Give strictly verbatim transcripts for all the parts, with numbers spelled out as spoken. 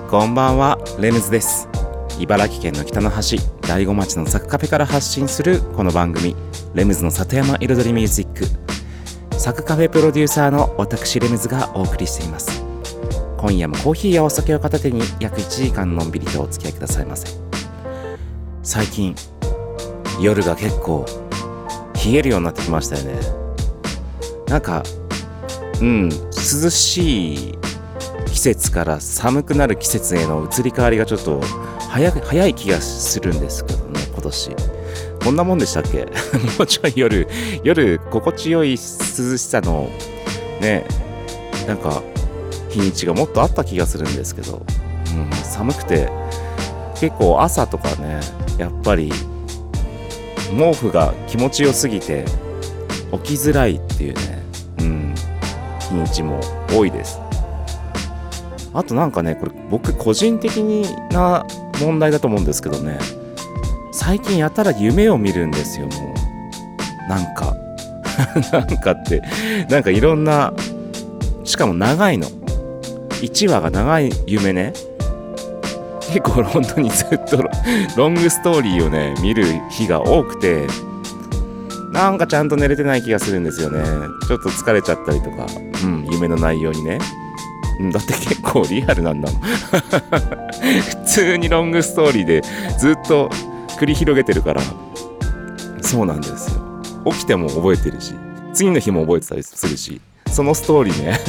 こんばんは、レムズです。茨城県の北の端、大子町のサクカフェから発信するこの番組、レムズの里山彩りミュージック。サクカフェプロデューサーの私レムズがお送りしています。今夜もコーヒーやお酒を片手に約いちじかんのんびりとお付き合いくださいませ。最近夜が結構冷えるようになってきましたよね。なんかうん涼しい季節から寒くなる季節への移り変わりがちょっと早く早い気がするんですけどね。今年こんなもんでしたっけもうちょい夜夜心地よい涼しさのね、なんか日にちがもっとあった気がするんですけど、うん、寒くて結構朝とかね、やっぱり毛布が気持ちよすぎて起きづらいっていうね、うん、日にちも多いです。あとなんかね、これ僕個人的な問題だと思うんですけどね、最近やたら夢を見るんですよ。もうなんかなんかってなんかいろんな、しかも長いの、いちわが長い夢ね。結構本当にずっとロングストーリーをね見る日が多くて、なんかちゃんと寝れてない気がするんですよね。ちょっと疲れちゃったりとか、うん、夢の内容にね。だって結構リアルなんだもん普通にロングストーリーでずっと繰り広げてるから。そうなんですよ。起きても覚えてるし、次の日も覚えてたりするし、そのストーリーね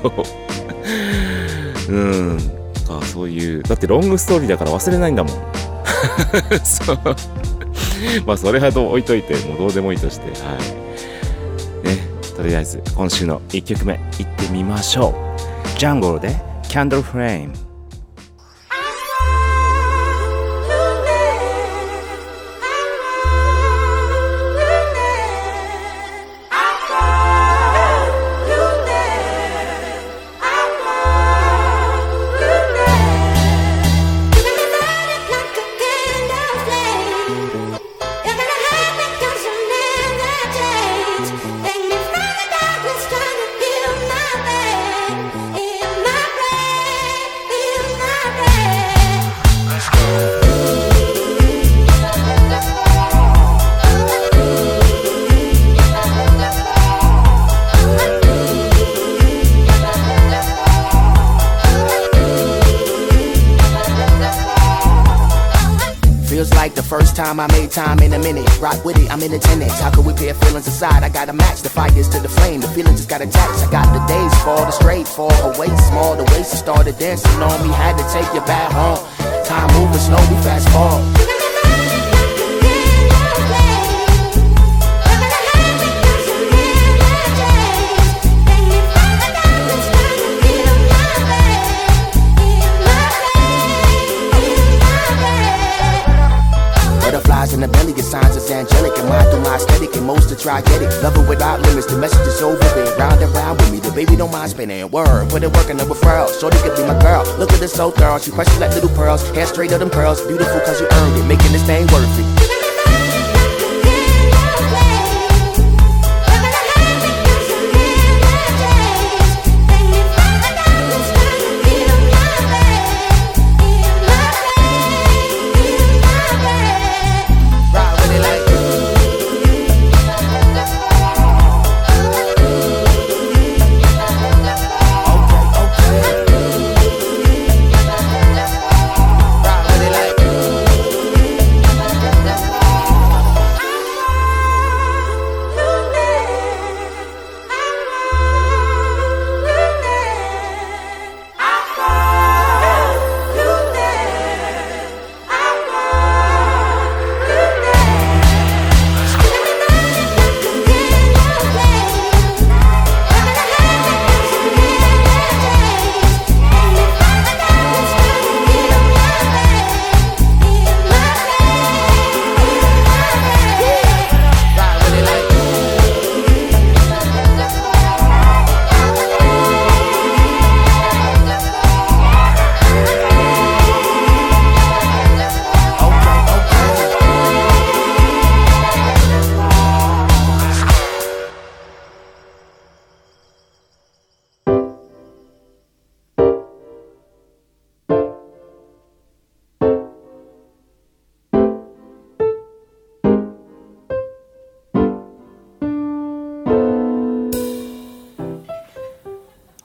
そううんか、そういう、だってロングストーリーだから忘れないんだもんそうまあそれはどう置いといて、もうどうでもいいとして、はいね、とりあえず今週のいっきょくめいってみましょう。ジャンゴルでキャンドルフレーム。 First time I made time in a minute. Rock with it, I'm in attendance. How could we pair feelings aside? I gotta match the fires to the flame. The feeling just got attached. I got the days fall the straight, fall away small. The waist started dancing on me. Had to take you back home. Time moving slow, we fast forward. In the belly, your signs is angelic. And mine through my aesthetic, and most to try get it. Love it without limits, the message is so vivid. Round and round with me, the baby don't mind spinning. Word, put it working, no referral. Shorty could be my girl. Look at this so girl, she precious like little pearls. Hair straight of them pearls, beautiful cause you earned it. Making this thing worth it.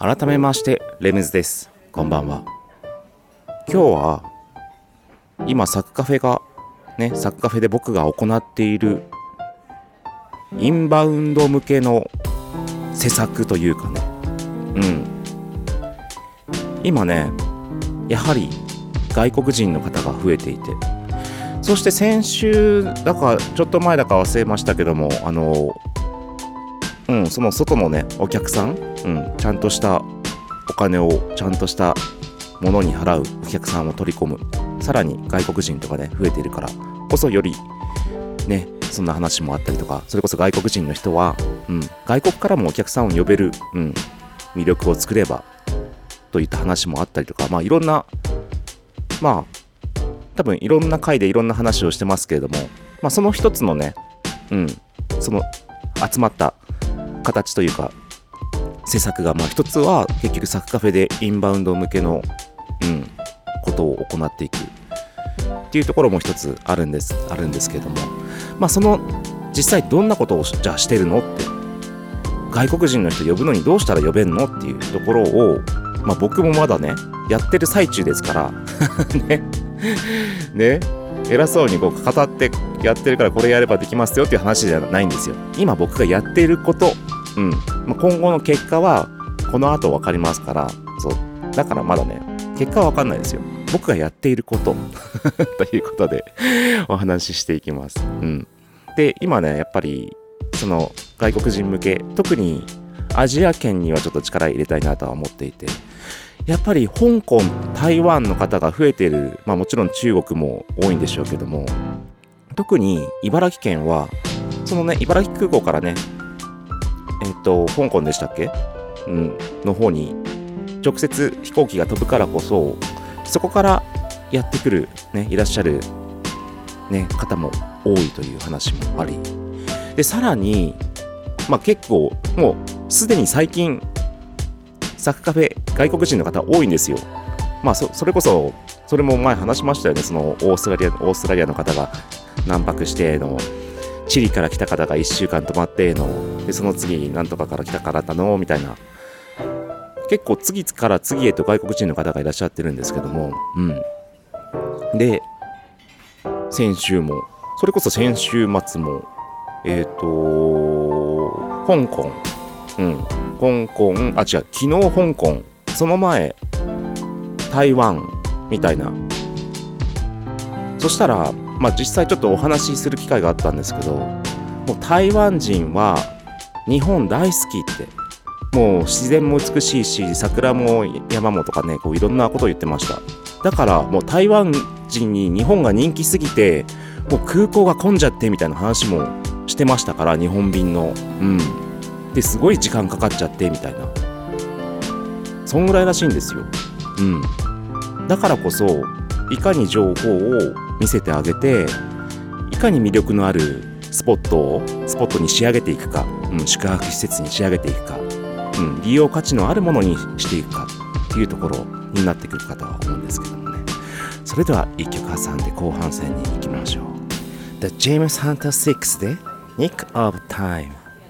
改めましてレムズです。こんばんは。今日は今サクカフェがねサクカフェで僕が行っているインバウンド向けの施策というかね、うん今ねやはり外国人の方が増えていて、そして先週だかちょっと前だか忘れましたけども、あのうんその外のねお客さん、うん、ちゃんとしたお金をちゃんとしたものに払うお客さんを取り込む、さらに外国人とかね増えているからこそよりねそんな話もあったりとか、それこそ外国人の人は、うん、外国からもお客さんを呼べる、うん、魅力を作ればといった話もあったりとか、まあいろんなまあ多分いろんな回でいろんな話をしてますけれども、まあその一つのね、うん、その集まった形というか施策が、まあ一つは結局サクカフェでインバウンド向けの、うん、ことを行っていくっていうところも一つあるんですあるんですけれども、まあその実際どんなことをじゃあしてるのって、外国人の人呼ぶのにどうしたら呼べんのっていうところを、まあ僕もまだねやってる最中ですからねね偉そうにこう語ってやってるからこれやればできますよっていう話じゃないんですよ。今僕がやっていること、うんまあ、今後の結果はこの後分かりますから、そうだからまだね結果は分かんないですよ。僕がやっていることということでお話ししていきます。うん、で今ねやっぱりその外国人向け、特にアジア圏にはちょっと力入れたいなとは思っていて、やっぱり香港、台湾の方が増えている、まあもちろん中国も多いんでしょうけども、特に茨城県はそのね茨城空港からねえっと香港でしたっけ、うん、の方に直接飛行機が飛ぶからこそ、そこからやってくるねいらっしゃるね方も多いという話もあり、でさらにまあ結構もうすでに最近サクカフェ外国人の方多いんですよ。まあ そ, それこそそれも前話しましたよね。そのオーストラリアオーストラリアの方が何泊しての、チリから来た方がいっしゅうかん泊まっての、でその次なんとかから来たからだのみたいな、結構次から次へと外国人の方がいらっしゃってるんですけども、うんで先週もそれこそ先週末もえっ、ー、と香港うん香港あ違う昨日香港、その前台湾みたいな。そしたらまあ実際ちょっとお話しする機会があったんですけど、もう台湾人は日本大好きって、もう自然も美しいし桜も山もとかね、こういろんなことを言ってました。だからもう台湾人に日本が人気すぎてもう空港が混んじゃってみたいな話もしてましたから、日本便のうんですごい時間かかっちゃってみたいな、そんぐらいらしいんですよ。うんだからこそいかに情報を見せてあげて、いかに魅力のあるスポットをスポットに仕上げていくか、うん、宿泊施設に仕上げていくか、うん、利用価値のあるものにしていくかっていうところになってくるかとは思うんですけどもね。それではいっきょく挟んで後半戦に行きましょう。 The James Hunter シックスで Nick of Time。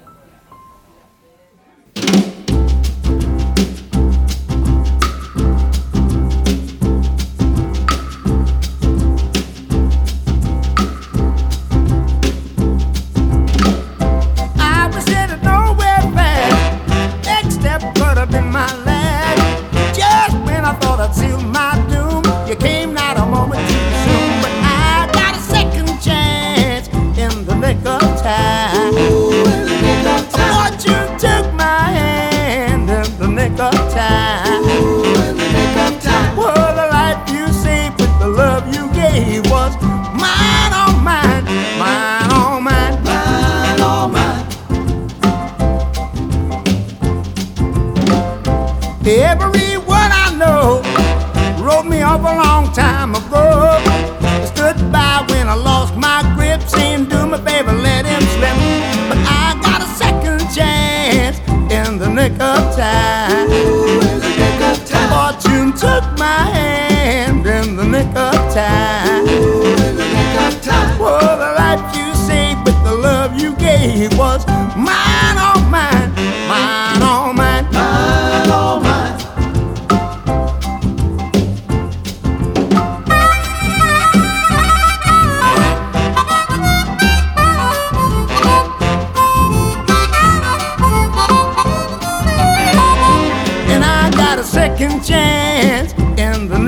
Everyone I know wrote me off a long time ago. Stood by when I lost my grip, saying do me a favor, let him slip. But I got a second chance in the nick of time. Fortune took my hand in the nick of time. Well, the life you saved with the love you gave was mine, all mine, mine, all mine, mine, all mine.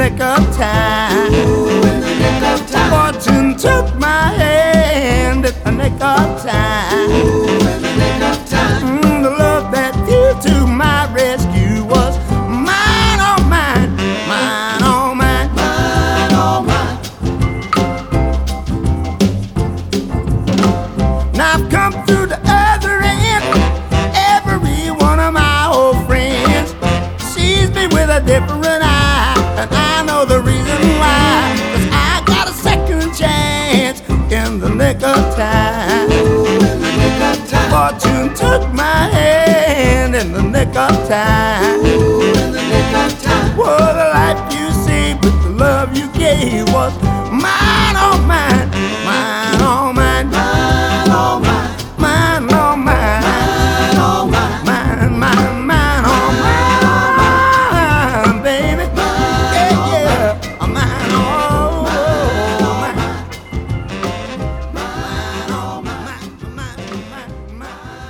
nick of time. In the nick of time. Fortune took my hand at the nick of time. In the nick of time. Mm, the love that flew to my rescue was mine, oh mine, mine, oh mine, mine, oh mine. Now I've come through the other end. Every one of my old friends sees me with a different eye, and I know the reason why. 'Cause I got a second chance in the nick of time. In the nick of time. Fortune took my hand in the nick of time. In the nick of time. Well, the life you saved with the love you gave was mine, oh mine, mine, oh mine, mine, oh mine, mine, oh mine, mine, oh mine, mine, mine, mine, oh mine, baby, yeah, yeah, mine, oh mine, mine, oh mine, mine, mine,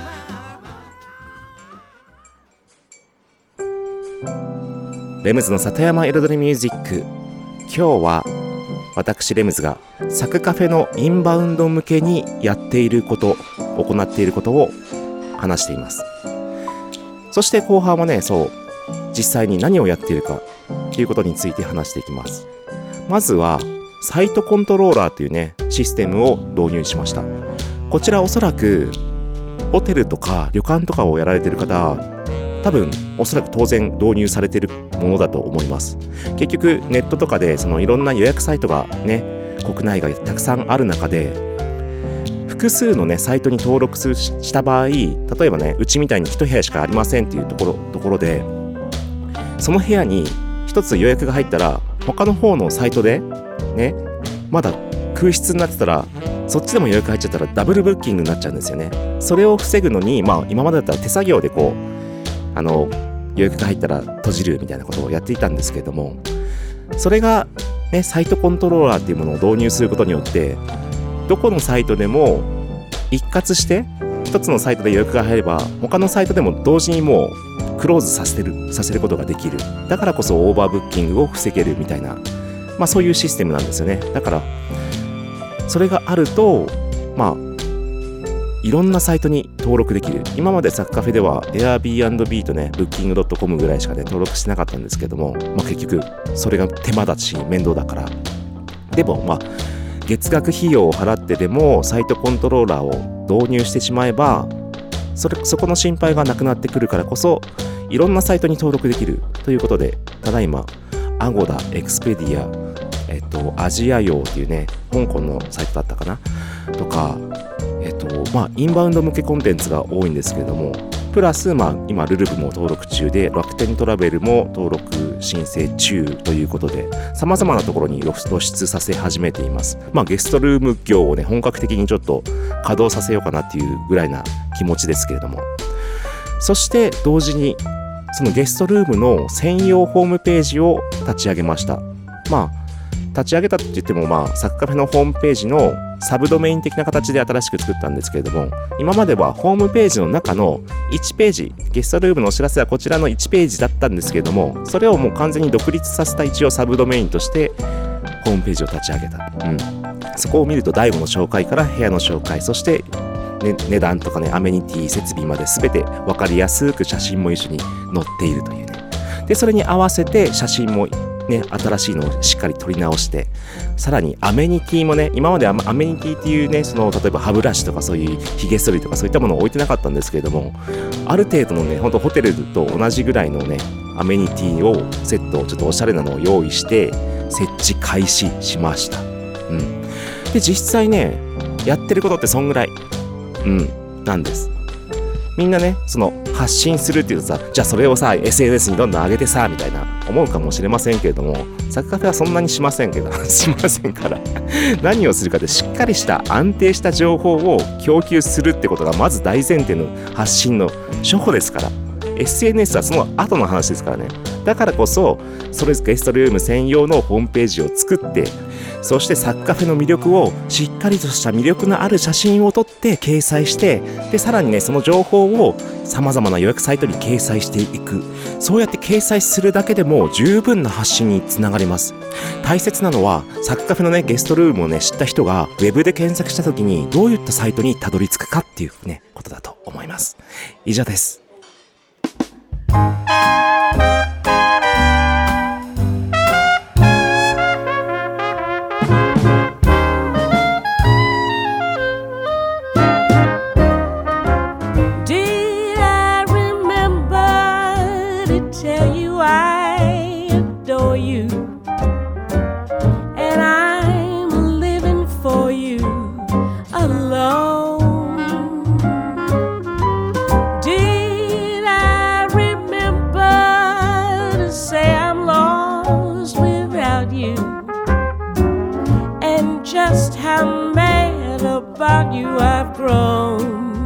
mine. レムズの里山彩りミュージック。今日は私レムズがサクカフェのインバウンド向けにやっていること、行っていることを話しています。そして後半はね、そう実際に何をやっているかということについて話していきます。まずはサイトコントローラーというねシステムを導入しました。こちらおそらくホテルとか旅館とかをやられている方、多分おそらく当然導入されているものだと思います。結局ネットとかでそのいろんな予約サイトがね国内外たくさんある中で、複数のねサイトに登録した場合、例えばねうちみたいに一部屋しかありませんっていうところところで、その部屋に一つ予約が入ったら他の方のサイトでねまだ空室になってたら、そっちでも予約入っちゃったらダブルブッキングになっちゃうんですよね。それを防ぐのに、まあ今までだったら手作業でこうあの予約が入ったら閉じるみたいなことをやっていたんですけれども、それがねサイトコントローラーっていうものを導入することによって、どこのサイトでも一括して一つのサイトで予約が入れば他のサイトでも同時にもうクローズさせるさせることができる。だからこそオーバーブッキングを防げるみたいな、まあそういうシステムなんですよね。だからそれがあると、まあいろんなサイトに登録できる。今までサクカフェでは Airbnb とね ブッキングドットコム ぐらいしかね登録してなかったんですけども、まあ、結局それが手間だし面倒だから、でもまあ月額費用を払ってでもサイトコントローラーを導入してしまえば、それそこの心配がなくなってくるからこそ、いろんなサイトに登録できるということで、ただいまアゴダ、エクスペディア、えっとアジア用っていうね香港のサイトだったかなとか、えっとまあインバウンド向けコンテンツが多いんですけれども、プラスまあ今ルルブも登録中で、楽天トラベルも登録申請中ということで、様々なところに露出させ始めています。まあゲストルーム業をね本格的にちょっと稼働させようかなっていうぐらいな気持ちですけれども、そして同時にそのゲストルームの専用ホームページを立ち上げました。まあ立ち上げたって言っても、まあサクカフェのホームページのサブドメイン的な形で新しく作ったんですけれども、今まではホームページの中のいちページ、ゲストルームのお知らせはこちらのいちページだったんですけれども、それをもう完全に独立させた一応サブドメインとしてホームページを立ち上げた。うん、そこを見ると台本の紹介から部屋の紹介、そして、ね、値段とかねアメニティ設備まで全て分かりやすく写真も一緒に載っているというね。でそれに合わせて写真もね、新しいのをしっかり撮り直して、さらにアメニティもね、今までアメニティっていうね、その例えば歯ブラシとかそういうヒゲ剃りとかそういったものを置いてなかったんですけれども、ある程度のね、ほんとホテルと同じぐらいのねアメニティをセット、ちょっとおしゃれなのを用意して設置開始しました。うん。で実際ね、やってることってそんぐらい、うんなんです。みんなね、その発信するっていうとさ、じゃあそれをさ エスエヌエス にどんどん上げてさみたいな思うかもしれませんけれども、サクカフェはそんなにしませんけどしませんから何をするかで、しっかりした安定した情報を供給するってことがまず大前提の発信の初歩ですから、 エスエヌエス はその後の話ですからね。だからこそそれゲストルーム専用のホームページを作って、 そしてサクカフェの魅力をしっかりとした魅力のある写真を撮って掲載して、でさらにねその情報をさまざまな予約サイトに掲載していく。そうやって掲載するだけでも十分な発信につながります。大切なのはサクカフェのねゲストルームをね知った人がウェブで検索した時にどういったサイトにたどり着くかっていうねことだと思います。以上です。 About you I've grown.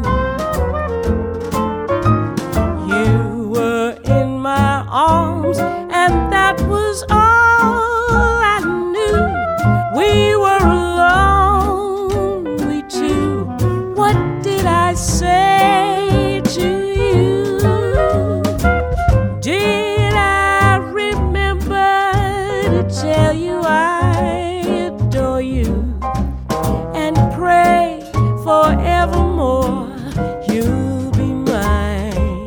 You were in my arms, and that was all I knew. We were alone, we two. What did I say to you? Did I remember to tell you I adore you?And pray forevermore you'll be mine.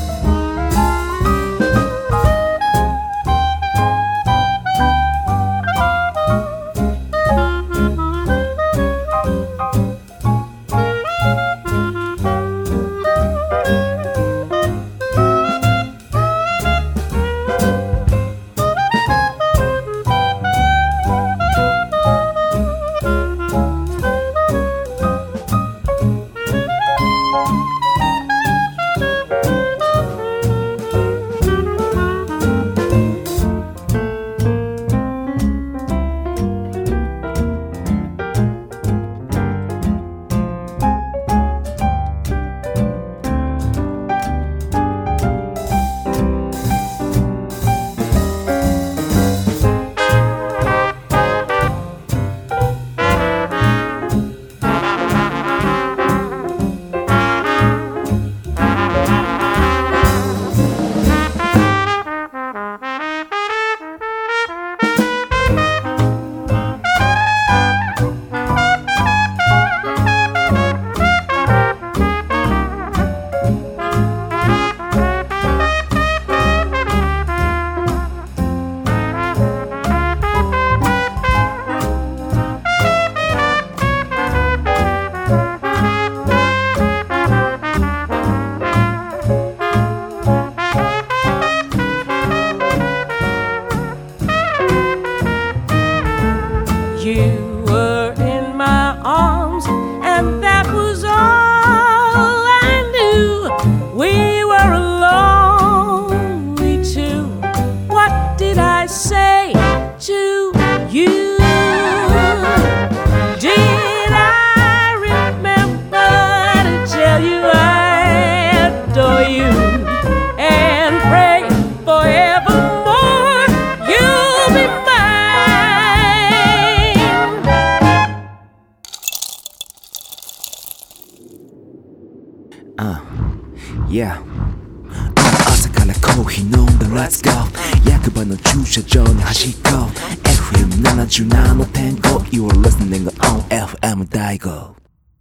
Yeah 朝からコーヒー飲んだ Let's go 役場の駐車場に走っこう エフエムななじゅうななてんご You're listening on エフエム 大悟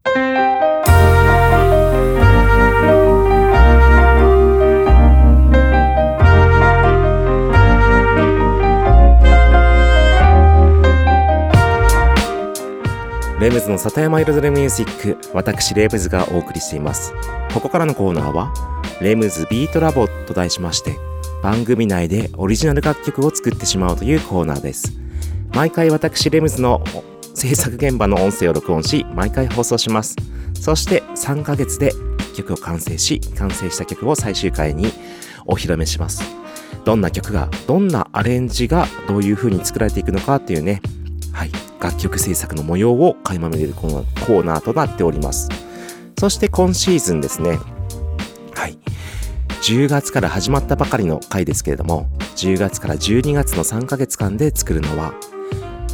レムズの里山彩りミュージック、私レムズがお送りしています。ここからのコーナーはレムズビートラボと題しまして、番組内でオリジナル楽曲を作ってしまうというコーナーです。毎回私レムズの制作現場の音声を録音し、毎回放送します。そしてさんかげつで曲を完成し、完成した曲を最終回にお披露目します。どんな曲が、どんなアレンジがどういう風に作られていくのかっていうね、はい、楽曲制作の模様を垣間見れるコーナーとなっております。そして今シーズンですね、はい、じゅうがつから始まったばかりの回ですけれども、じゅうがつからじゅうにがつのさんかげつかんで作るのは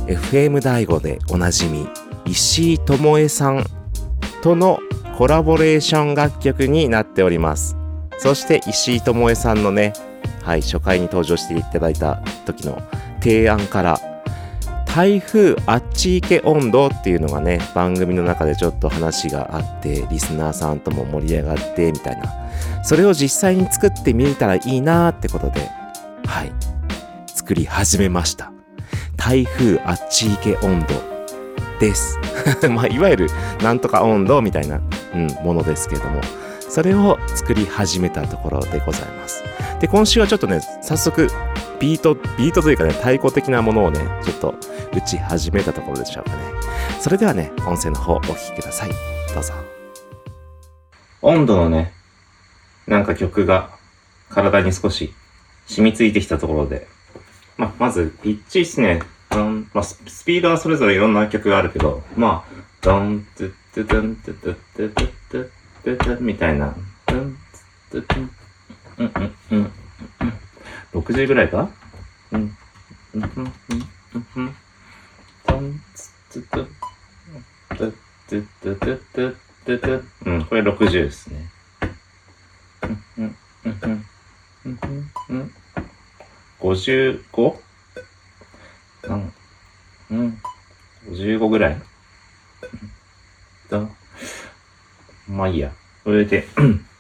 エフエム 大悟でおなじみ石井智恵さんとのコラボレーション楽曲になっております。そして石井智恵さんのね、はい、初回に登場していただいた時の提案から台風あっち行け温度っていうのがね、番組の中でちょっと話があって、リスナーさんとも盛り上がってみたいな、それを実際に作ってみたらいいなってことで、はい、作り始めました。台風あっち行け温度ですまあいわゆるなんとか温度みたいな、うん、ものですけれども、それを作り始めたところでございます。で、今週はちょっとね、早速ビートビートというかね、太鼓的なものをね、ちょっと打ち始めたところでしょうかね。それではね、音声の方お聞きください。どうぞ。温度のね、なんか曲が体に少し染みついてきたところで、まあ、まずピッチですね。うん、まあ、スピードはそれぞれいろんな曲があるけど、まあ、ドン、トゥットゥトゥン、トゥトゥトゥトゥトゥトゥトゥみたいな、ドン、トゥトゥン、うん、うん、うん、ろくじゅうぐらいかうん、うん、うん、うん、うん、ドン、トゥトゥトゥトゥトゥトゥトゥトゥトゥうん、これろくじゅうですね。うん、うん、うん、うん、うん、うん、ごじゅうご? うん、うん、ごじゅうごぐらいだ。まあいいや。それで、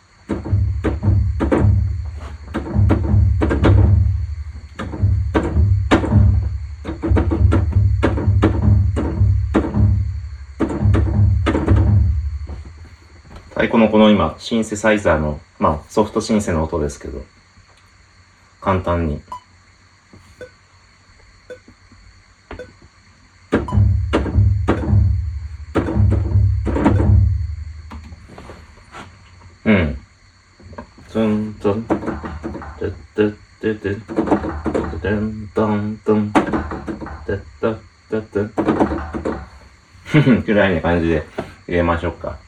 太鼓のこの今、シンセサイザーの、まあソフトシンセの音ですけど、簡単に。うん。ツンツン、トゥットゥットゥットゥッ、トゥントントン、トゥットゥットゥットゥッ、ふふん、くらいな感じで入れましょうか。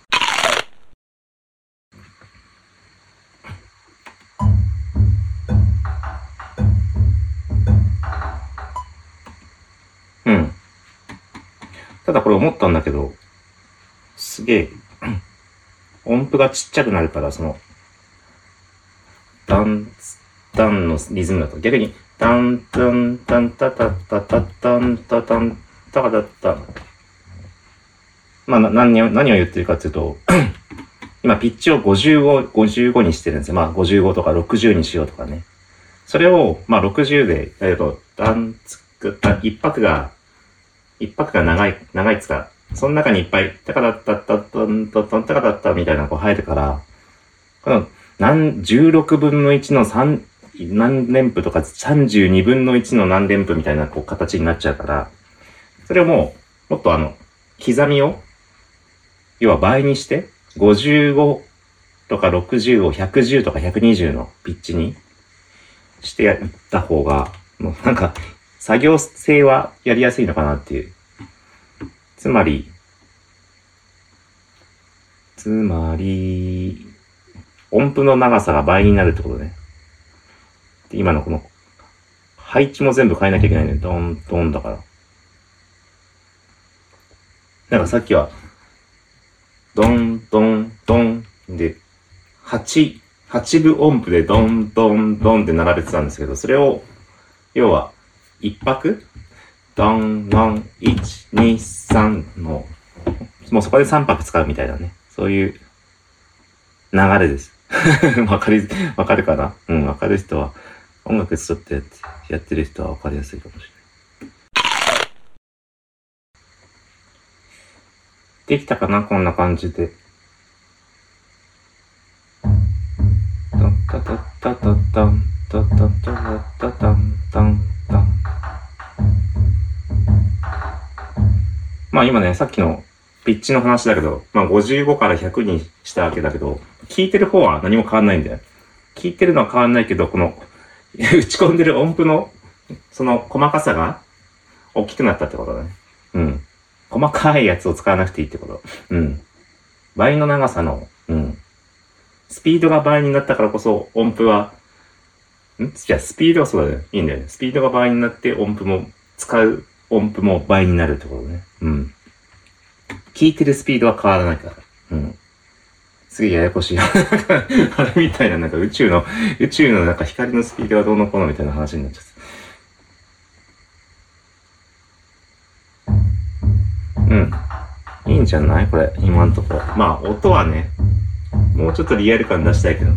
うん。ただこれ思ったんだけど、すげえ、音符がちっちゃくなるから、その、ダン、ダンのリズムだと、逆に、ダン、ダン、ダン、タタタタタン、タタン、タカタタ。まあ、何を、何を言ってるかっていうと、今、ピッチをごじゅうご、ごじゅうごにしてるんですよ。まあ、ごじゅうごとかろくじゅうにしようとかね。それを、まあ、ろくじゅうでやると、ダン、ツク、一拍が、一拍が長い、長いっつか、その中にいっぱい、タカタッタッタッタンタタンタカタッタみたいなのが入るから、この何、じゅうろくぶんのいちの三、何連符とかさんじゅうにぶんのいちの何連符みたいなこう形になっちゃうから、それをもう、もっとあの、刻みを、要は倍にして、ごじゅうごとかろくじゅうをひゃくじゅうとかひゃくにじゅうのピッチにしていった方が、もうなんか、作業性はやりやすいのかなっていう。つまり、つまり、音符の長さが倍になるってことね。で、今のこの、配置も全部変えなきゃいけないね。ドン、ドンだから。なんかさっきは、ドン、ドン、ドンで、はち、はちぶ音符でドン、ドン、ドンって並べてたんですけど、それを、要は、一拍ドン、ドン、いち、に、さんの、もうそこでさん拍使うみたいなね。そういう流れです。わかり、わかるかな？うん、わかる人は、音楽ちょっとやって、やってる人はわかりやすいかもしれない。できたかな？こんな感じで。タタタタタタン、タタタタタン、タン、タン。まあ今ね、さっきのピッチの話だけど、まあごじゅうごからひゃくにしたわけだけど、聞いてる方は何も変わんないんだよ。聞いてるのは変わんないけど、この打ち込んでる音符のその細かさが大きくなったってことだね。うん。細かいやつを使わなくていいってこと。うん。倍の長さの、うん。スピードが倍になったからこそ音符は、んじゃあスピードはそうだね。いいんだよね。スピードが倍になって音符も使う音符も倍になるってことね。うん。聞いてるスピードは変わらないから。うん。すげえややこしい。あれみたいな、なんか宇宙の、宇宙のなんか光のスピードがどうのこうのみたいな話になっちゃった。うん。いいんじゃないこれ、今んとこ。まあ、音はね、もうちょっとリアル感出したいけど。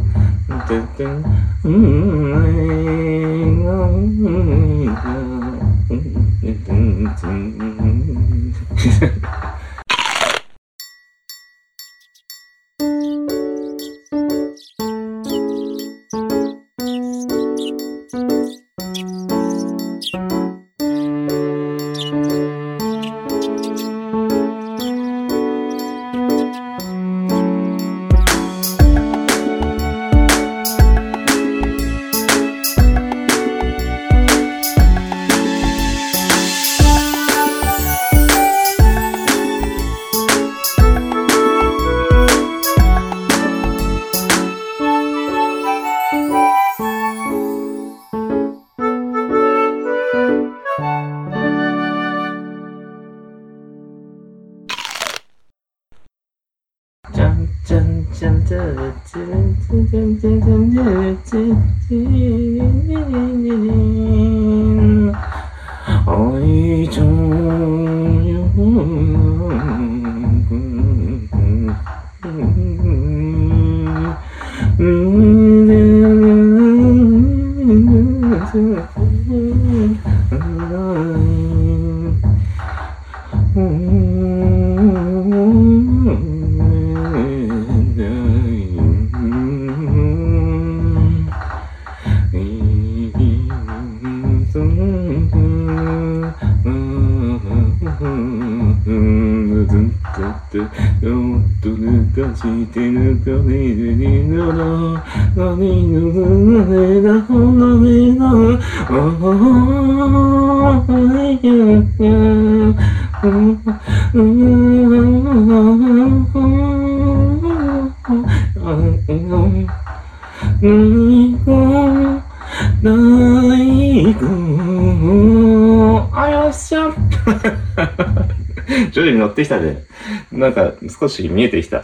徐々に乗ってきたで、なんか少し見えてきた。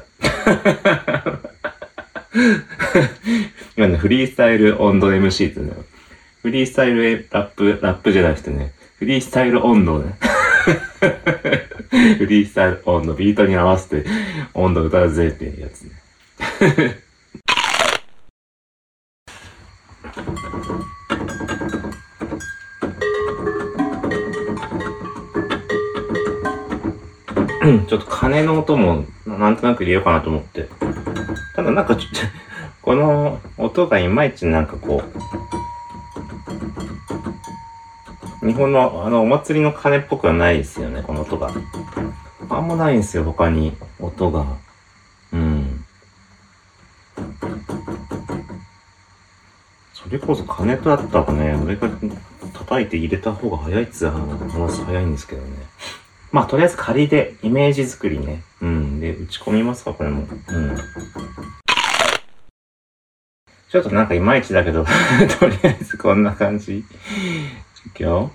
今ね、フリースタイル温度 エムシー ってね、フリースタイルラップ、ラップじゃなくてね、フリースタイル温度ね。フリースタイル温度、ビートに合わせて温度歌うぜっていうやつね。ちょっと鐘の音もなんとなく入れようかなと思って。ただなんかちょっと、この音がいまいちなんかこう、日本のあのお祭りの鐘っぽくはないですよね、この音が。あんまないんですよ、他に音が。うん。それこそ鐘とだったらね、上から叩いて入れた方が早いっつう話早いんですけどね。まあ、とりあえず仮でイメージ作りね。うん。で、打ち込みますか、これも。うん。ちょっとなんかいまいちだけど、とりあえずこんな感じ。いくよ。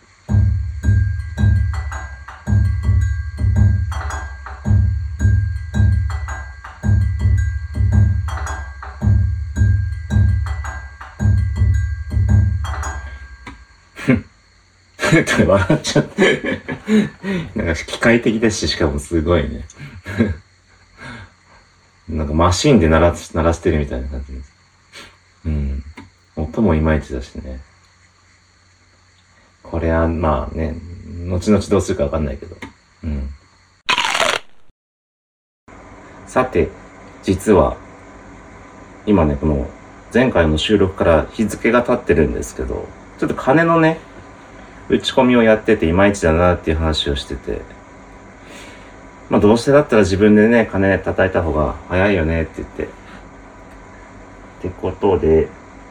笑っちゃって。なんか機械的だし、しかもすごいね。なんかマシンで鳴らす、鳴らしてるみたいな感じです。うん。音もいまいちだしね。これはまあね、後々どうするかわかんないけど。うん。さて、実は、今ね、この前回の収録から日付が経ってるんですけど、ちょっと鐘のね、打ち込みをやってていまいちだなっていう話をしてて、まあどうしてだったら自分でね、鐘叩いた方が早いよねって言って。ってことで、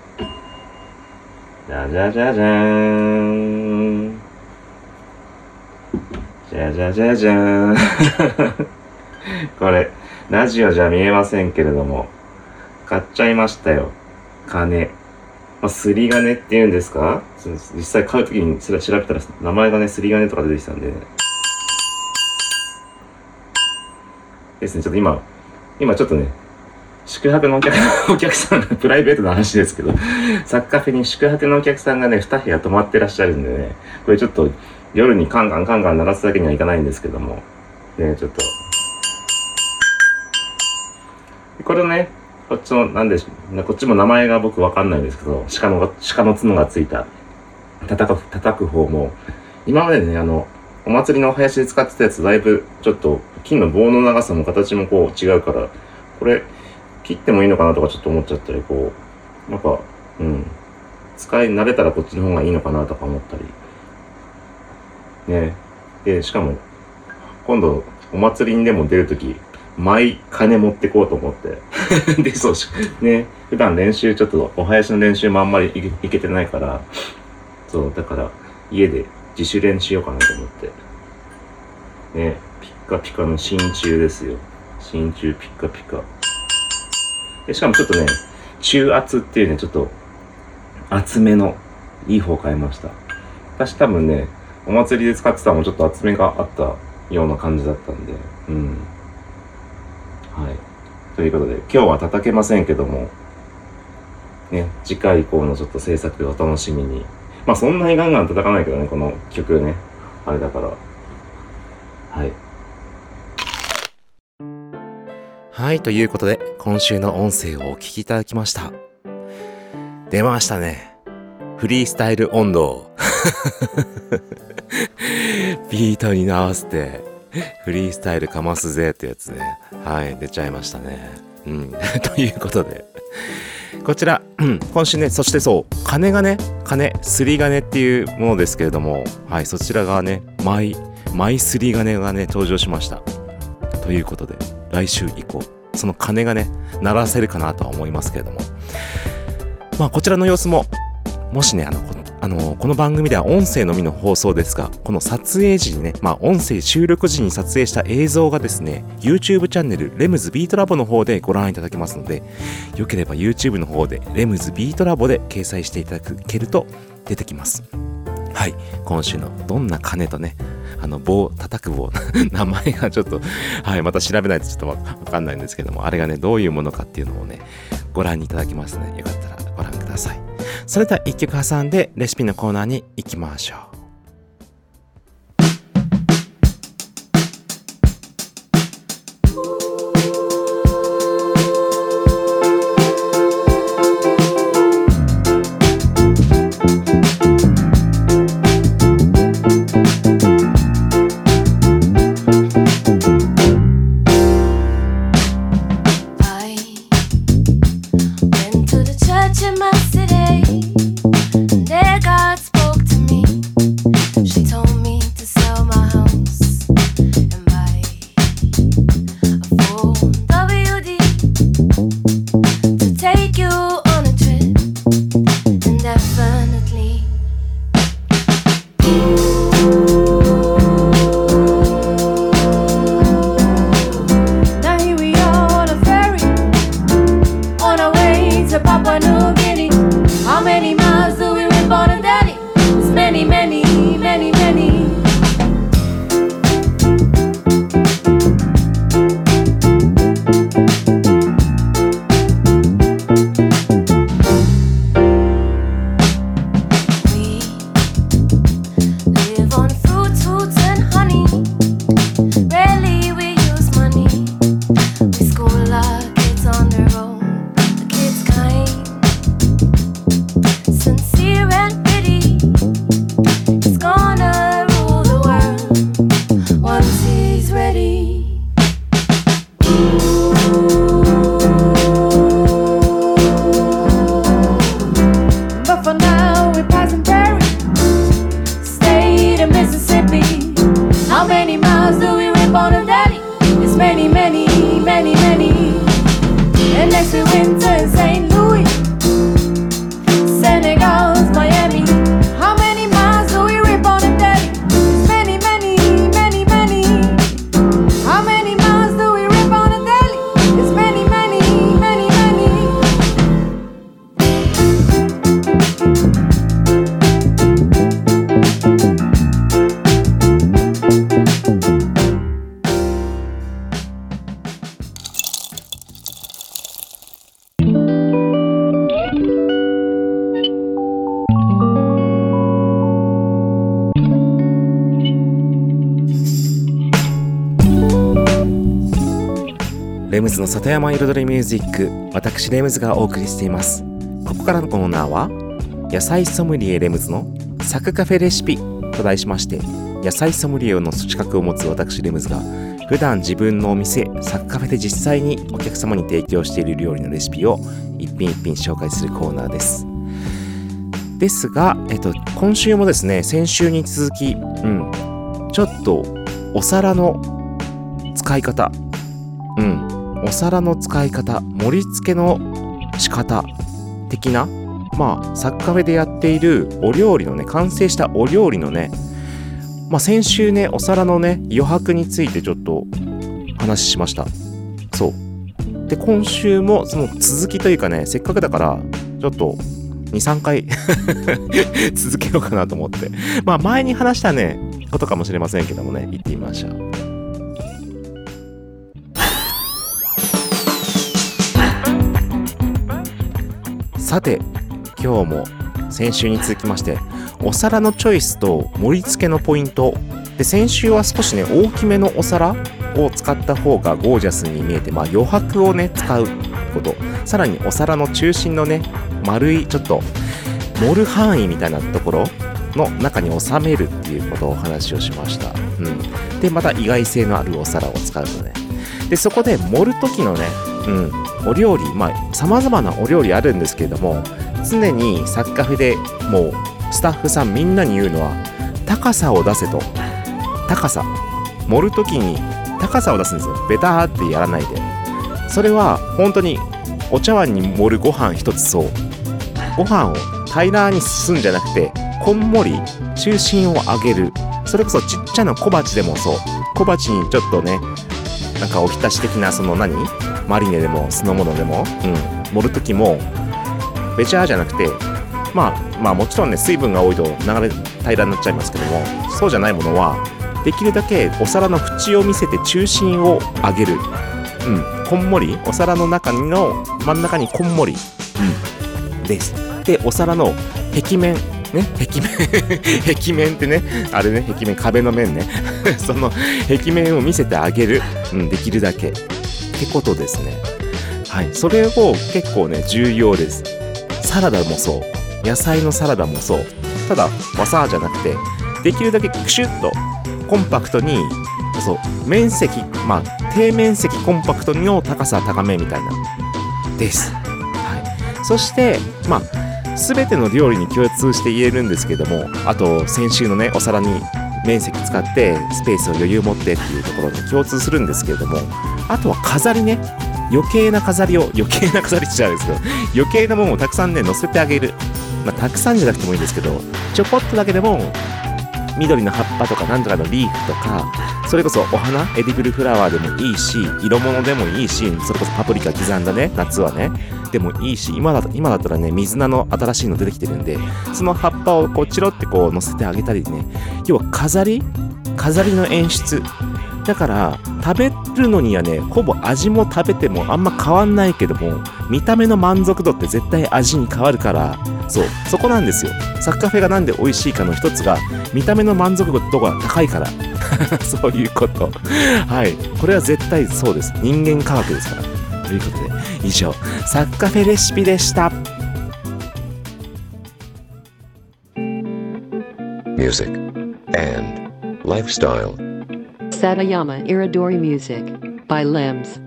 じゃじゃじゃじゃーん。じゃじゃじゃじゃーん。これ、ラジオじゃ見えませんけれども、買っちゃいましたよ。鐘。 まあ、すり金っていうんですか、実際買うときに調べたら名前がね、すり金とか出てきたんで、ですね、ちょっと今、今ちょっとね、宿泊のお客お客さんが、プライベートな話ですけど、サッカフェに宿泊のお客さんがね、に部屋泊まってらっしゃるんでね、これちょっと夜にカンカンカンカン鳴らすだけにはいかないんですけども、ね、ちょっと、これね、こっちの、なんでしょう、こっちも名前が僕わかんないんですけど、鹿の、鹿の角がついた、叩く、叩く方も、今までね、あの、お祭りのお囃子で使ってたやつ、だいぶ、ちょっと、金の棒の長さも形もこう違うから、これ、切ってもいいのかなとかちょっと思っちゃったり、こう、なんか、うん、使い慣れたらこっちの方がいいのかなとか思ったり、ね。で、しかも、今度、お祭りにでも出るとき、毎金持ってこうと思って。で、そうし、ね、普段練習ちょっと、お囃子の練習もあんまりいけ、いけてないから、そう、だから、家で自主練しようかなと思って。ね、ピッカピカの真鍮ですよ。真鍮ピッカピカ。で、しかもちょっとね、中厚っていうね、ちょっと、厚めの、いい方買いました。私多分ね、お祭りで使ってたのもちょっと厚めがあったような感じだったんで、うん。はい。ということで、今日は叩けませんけども、ね、次回以降のちょっと制作をお楽しみに。まあそんなにガンガン叩かないけどね、この曲ね。あれだから。はい。はい、ということで、今週の音声をお聞きいただきました。出ましたね。フリースタイル音頭。ビートに合わせて、フリースタイルかますぜってやつね。はい、出ちゃいましたね。うん。ということで、こちら、うん、今週ね、そしてそう、鐘がね、鐘、すり金っていうものですけれども、はい、そちらがね、マイ、マイすり金がね、登場しました。ということで、来週以降、その鐘がね、鳴らせるかなとは思いますけれども、まあ、こちらの様子も、もしね、あの、こあのこの番組では音声のみの放送ですが、この撮影時にね、まあ音声収録時に撮影した映像がですね、YouTube チャンネルレムズビートラボの方でご覧いただけますので、よければ YouTube の方でレムズビートラボで掲載していただけると出てきます。はい、今週のどんな鐘とね、あの棒、叩く棒、名前がちょっと、はい、また調べないとちょっとわかんないんですけども、あれがね、どういうものかっていうのをね、ご覧いただきますので、よかったらご覧ください。それでは一曲挟んでレシピのコーナーに行きましょう。 レムズの里山彩りミュージック、私レムズがお送りしています。ここからのコーナーは野菜ソムリエレムズのサクカフェレシピと題しまして、野菜ソムリエの資格を持つ私レムズが普段自分のお店サクカフェで実際にお客様に提供している料理のレシピを一品一品紹介するコーナーです。ですが、えっと、今週もですね、先週に続き、うん、ちょっとお皿の使い方、うん、お皿の使い方、盛り付けの仕方的な、まあサクカフェでやっているお料理のね、完成したお料理のね、まあ先週ね、お皿のね余白についてちょっと話しました。そうで、今週もその続きというかね、せっかくだからちょっとにさんかい続けようかなと思って、まあ前に話したねことかもしれませんけどもね、言ってみましょう。さて、今日も先週に続きまして、お皿のチョイスと盛り付けのポイントで、先週は少しね大きめのお皿を使った方がゴージャスに見えて、まあ余白をね使うこと、さらにお皿の中心のね丸いちょっと盛る範囲みたいなところの中に収めるっていうことをお話をしました。うん、でまた意外性のあるお皿を使うとね、でそこで盛る時のね、うん、お料理、まあ様々なお料理あるんですけれども、常にサクカフェでもうスタッフさんみんなに言うのは、高さを出せと。高さ、盛る時に高さを出すんですよ。ベターってやらないで。それは本当にお茶碗に盛るご飯一つ、そう、ご飯を平らにすんじゃなくて、こんもり中心を上げる。それこそちっちゃな小鉢でもそう、小鉢にちょっとね、なんかおひたし的なその何マリネでも酢の物でも、うん、盛る時もべちゃーじゃなくて、まあまあもちろんね、水分が多いと流れ平らになっちゃいますけども、そうじゃないものはできるだけお皿の縁を見せて中心を上げる。うん、こんもり、お皿の中の真ん中にこんもり、うん、です。で、お皿の壁面ね、壁面壁面ってね、あれね、壁面、壁の面ねその壁面を見せてあげる、うん、できるだけってことですね。はい、それを結構ね重要です。サラダもそう、野菜のサラダもそう。ただわさーじゃなくて、できるだけクシュッとコンパクトに、そう、面積、まあ底面積コンパクトの高さ高めみたいなです。はい。そしてまあ全ての料理に共通して言えるんですけども、あと先週のねお皿に面積使ってスペースを余裕持ってっていうところに共通するんですけれども、あとは飾りね、余計な飾りを余計な飾りって言っちゃうんですけど、余計なものをたくさんね乗せてあげる。まあたくさんじゃなくてもいいんですけど、ちょこっとだけでも緑の葉っぱとかなんとかのリーフとか、それこそお花、エディブルフラワーでもいいし、色物でもいいし、それこそパプリカ刻んだね、夏はねでもいいし、今だ今だったらね水菜の新しいの出てきてるんで、その葉っぱをこうチロってこう乗せてあげたりね、要は飾り飾りの演出だから、食べるのにはねほぼ味も食べてもあんま変わんないけども、見た目の満足度って絶対味に変わるから、そう、そこなんですよ。サクカフェがなんで美味しいかの一つが見た目の満足度が高いからそういうこと。はい、これは絶対そうです。人間科学ですから。ということで以上、サクカフェレシピでした。 Music and Lifestyle Satayama Iridori Music by Lems.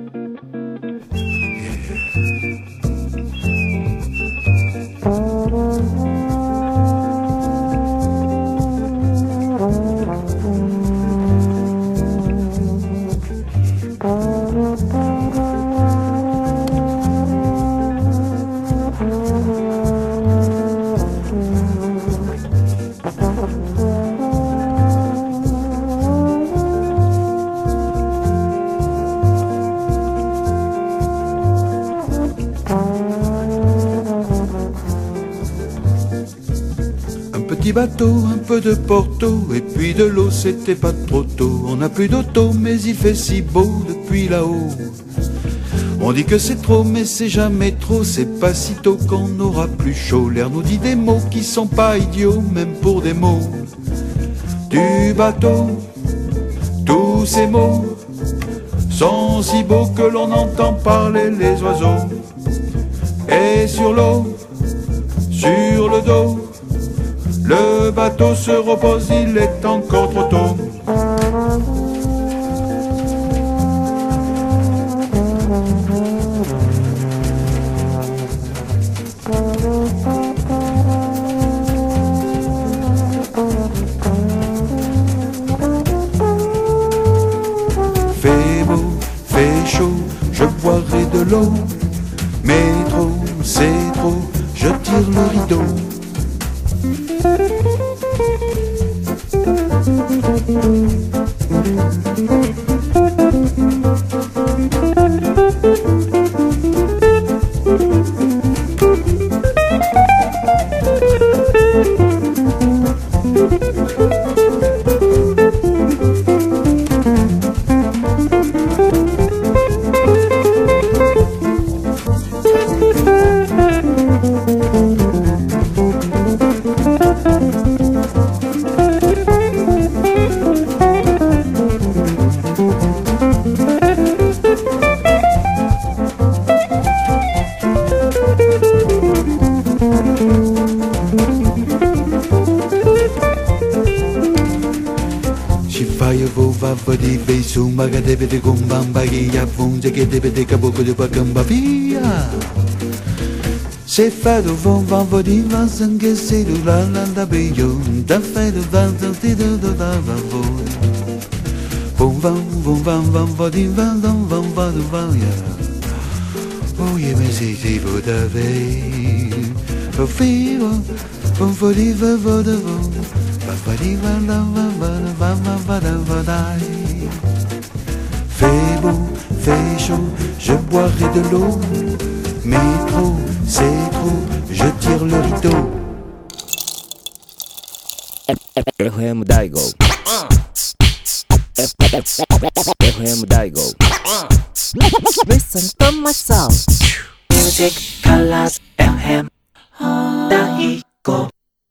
Petit bateau, un peu de Porto, et puis de l'eau, c'était pas trop tôt. On n'a plus d'auto, mais il fait si beau depuis là-haut. On dit que c'est trop, mais c'est jamais trop, c'est pas si tôt qu'on aura plus chaud. L'air nous dit des mots qui sont pas idiots, même pour des mots. Du bateau, tous ces mots sont si beaux que l'on entend parler les oiseaux. Et sur l'eau, sur le dos, le bateau se repose, il est encore trop tôt. Fait beau, fait chaud, je boirai de l'eau. Mais trop, c'est trop, je tire le rideau. Debe de gumbambagia funge che debe de cabocco de bacamba via. Se fa do von van vodi van sangue se do la la da beyo da fa do van ti do do da va vo. Von van von van van vodi van van van van van ya. Oh ye me se se vo da ve. Oh fivo von vodi va vo da vo. Va vodi van da va va va va va da va dai. Fait beau, fait chaud, je boirai de l'eau. Mais trop, c'est trop, je tire le rideau. エフエム 大号 エフエム 大号 Listen to my song Music Colors エフエム 大号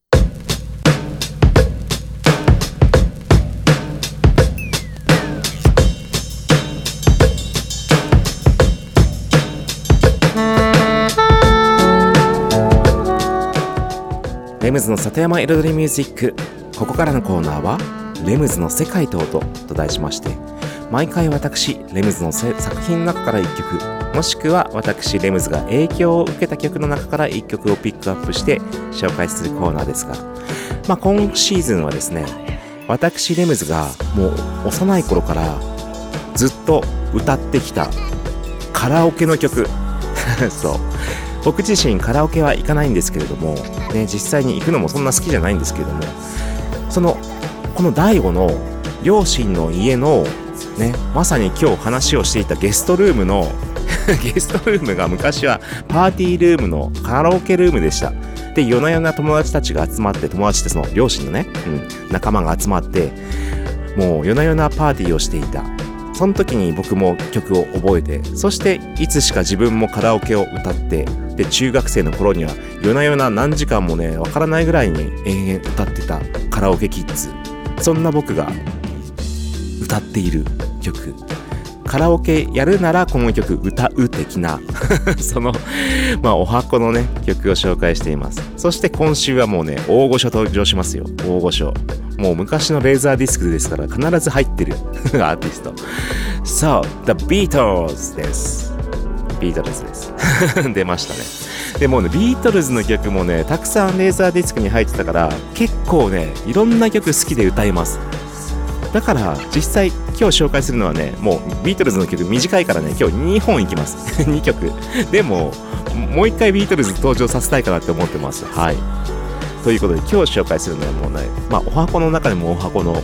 レムズの里山彩りミュージック。ここからのコーナーはレムズの世界と音と題しまして、毎回私レムズの作品の中からいっきょく、もしくは私レムズが影響を受けた曲の中からいっきょくをピックアップして紹介するコーナーですが、まあ、今シーズンはですね、私レムズがもう幼い頃からずっと歌ってきたカラオケの曲そう僕自身カラオケは行かないんですけれども、ね、実際に行くのもそんな好きじゃないんですけれども、そのこの大悟の両親の家の、ね、まさに今日話をしていたゲストルームのゲストルームが昔はパーティールームのカラオケルームでした。で、夜な夜な友達たちが集まって、友達ってその両親のね、うん、仲間が集まってもう夜な夜なパーティーをしていた。その時に僕も曲を覚えて、そしていつしか自分もカラオケを歌って、で中学生の頃には夜な夜な何時間もねわからないぐらいに延々歌ってたカラオケキッズ。そんな僕が歌っている曲、カラオケやるならこの曲歌う的なそのまあお箱のね曲を紹介しています。そして今週はもうね大御所登場しますよ。大御所、もう昔のレーザーディスクですから必ず入ってるアーティスト。そう、The Beatles です。ビートルズです出ましたね。でもねビートルズの曲もねたくさんレーザーディスクに入ってたから、結構ねいろんな曲好きで歌います。だから実際今日紹介するのはね、もうビートルズの曲短いからね今日にほんいきますにきょくでももう一回ビートルズ登場させたいかなって思ってます。はい、ということで今日紹介するのはもうね、まあお箱の中でもお箱の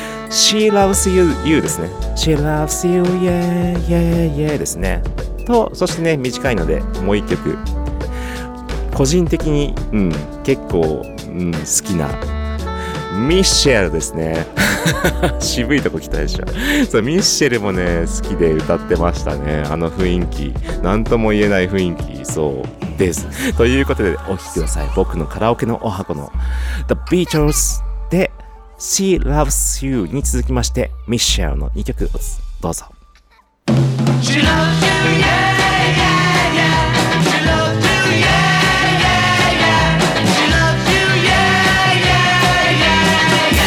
She Loves You, You ですね。 She Loves You, Yeah, Yeah, Yeah ですねと、そしてね短いのでもう一曲個人的に、うん、結構、うん、好きなミッシェルですね渋いとこ来たでしょ。そう、ミッシェルもね好きで歌ってましたね。あの雰囲気、なんとも言えない雰囲気、そうですということでお聴きください。僕のカラオケのお箱の The Beatles で She Loves You に続きましてミッシェルのにきょくどうぞ。 She loves you, yeah, yeah, yeah. She loves you, yeah, yeah, yeah. She loves you, yeah, yeah, yeah,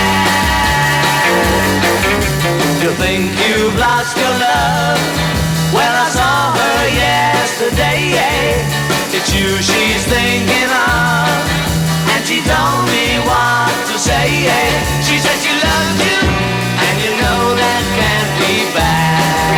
yeah. You think you've lost your love? Well, I saw her yesterday, yeah. It's you she's thinking of, and she told me what to say, yeah. She said she loves you, and you know that can't be bad.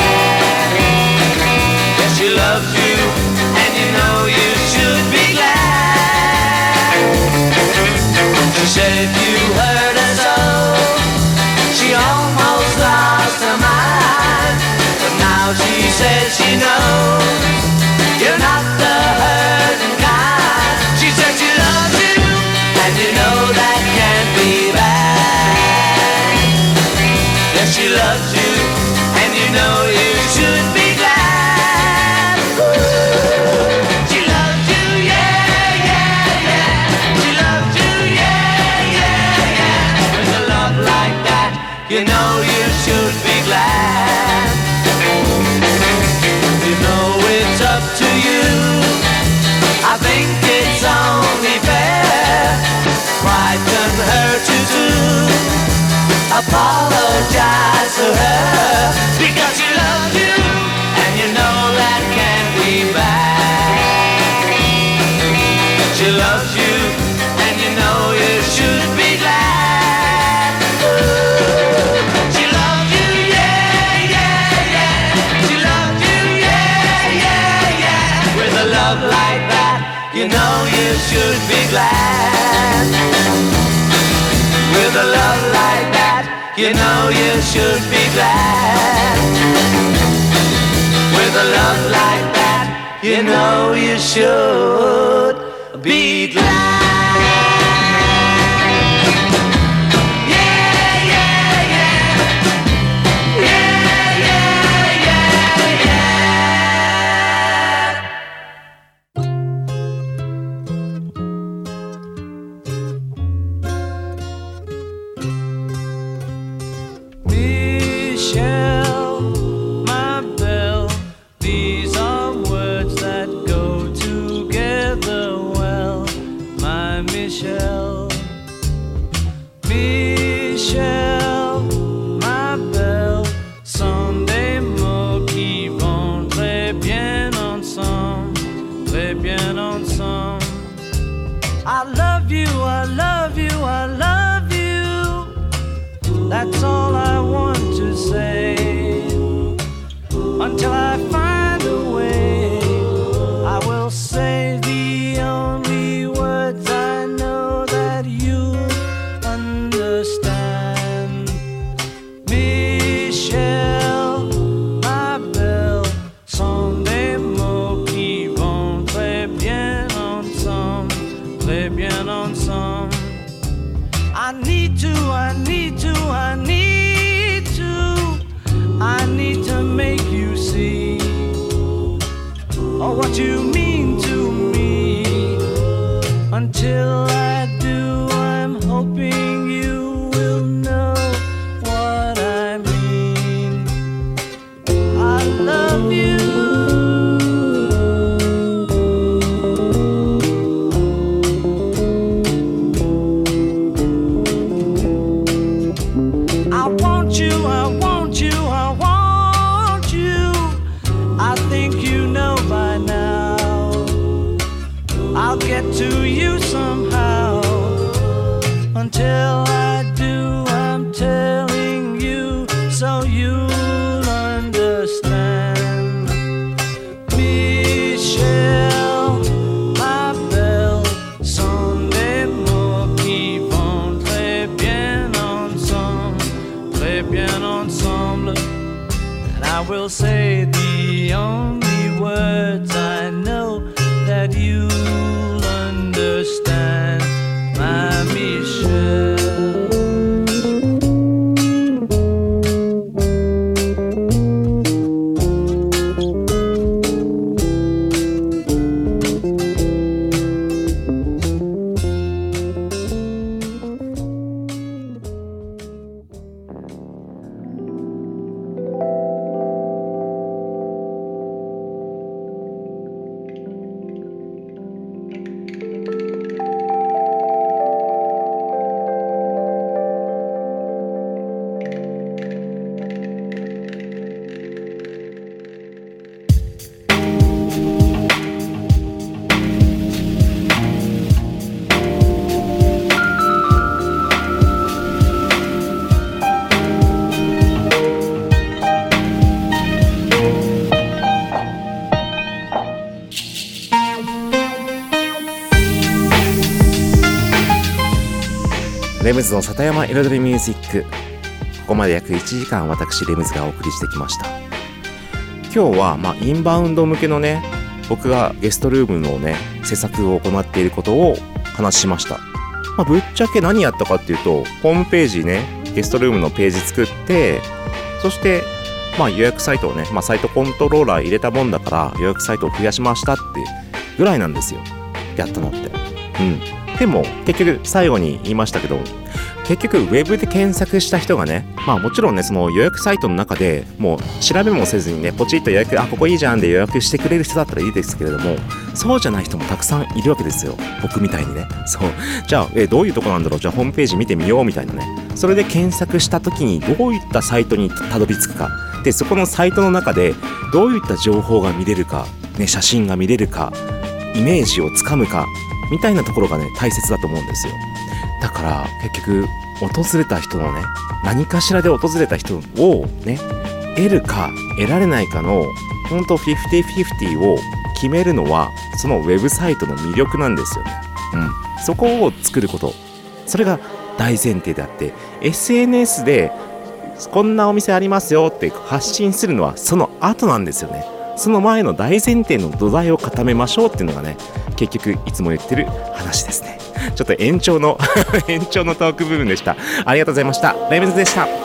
Yes, she loves you, and you know you should be glad. She said if you hurt her so, she almost lost her mind. But now she says she knows you're not the hurting kind. She said she loves you, and you know that can't be bad. Yes, she loves you, and you know you should be glad. She loves you, yeah, yeah, yeah. She loves you, yeah, yeah, yeah. With a love like that, you know you should be glad. You know it's up to you. I think it's only fair. Pride can hurt you too. Apologize to her, because she loves you, and you know that can't be bad. She loves you, and you know you should be glad. She loves you, yeah, yeah, yeah. She loves you, yeah, yeah, yeah. With a love like that, you know you should be glad. With a love like that, you know you should be glad. With a love like that, you know you should be glad. That's all I want to say. Until I find a way, I will say the only words I know that you understand. Michelle, ma belle, sont des mots qui vont très bien ensemble, très bien ensemble. I need to, I need to, I need to, I need to make you see oh, what you mean to me. Until I do, I'm hoping you will know what I mean. I love you. To you somehow. Until I do, I'm telling you so you'll understand. Michelle, ma belle, sont des mots qui vont très bien ensemble, très bien ensemble. And I will say the only words I know that you understand, my Michelle. レムズの里山彩りミュージック、ここまで約いちじかん私レムズがお送りしてきました。今日はまあインバウンド向けのね、僕がゲストルームのね施策を行っていることを話しました。まあ、ぶっちゃけ何やったかっていうと、ホームページね、ゲストルームのページ作って、そしてまあ予約サイトをね、まあサイトコントローラー入れたもんだから予約サイトを増やしましたってぐらいなんですよ、やったのって。うん。でも結局最後に言いましたけど、結局ウェブで検索した人がね、まあもちろんね、その予約サイトの中でもう調べもせずにね、ポチッと予約、あ、ここいいじゃんで予約してくれる人だったらいいですけれども、そうじゃない人もたくさんいるわけですよ、僕みたいにね。そう。じゃあ、えどういうとこなんだろう、じゃあホームページ見てみようみたいなね。それで検索した時にどういったサイトにたどり着くか。で、そこのサイトの中でどういった情報が見れるか、ね、写真が見れるか、イメージをつかむか、みたいなところがね、大切だと思うんですよ。だから結局訪れた人のね、何かしらで訪れた人をね、得るか得られないかのほんとフィフティフィフティを決めるのはそのウェブサイトの魅力なんですよね。うん。そこを作ること、それが大前提であって、 エスエヌエス でこんなお店ありますよって発信するのはその後なんですよね。その前の大前提の土台を固めましょうっていうのがね、結局いつも言ってる話ですね。ちょっと延長の延長のトーク部分でした。ありがとうございました。レムズでした。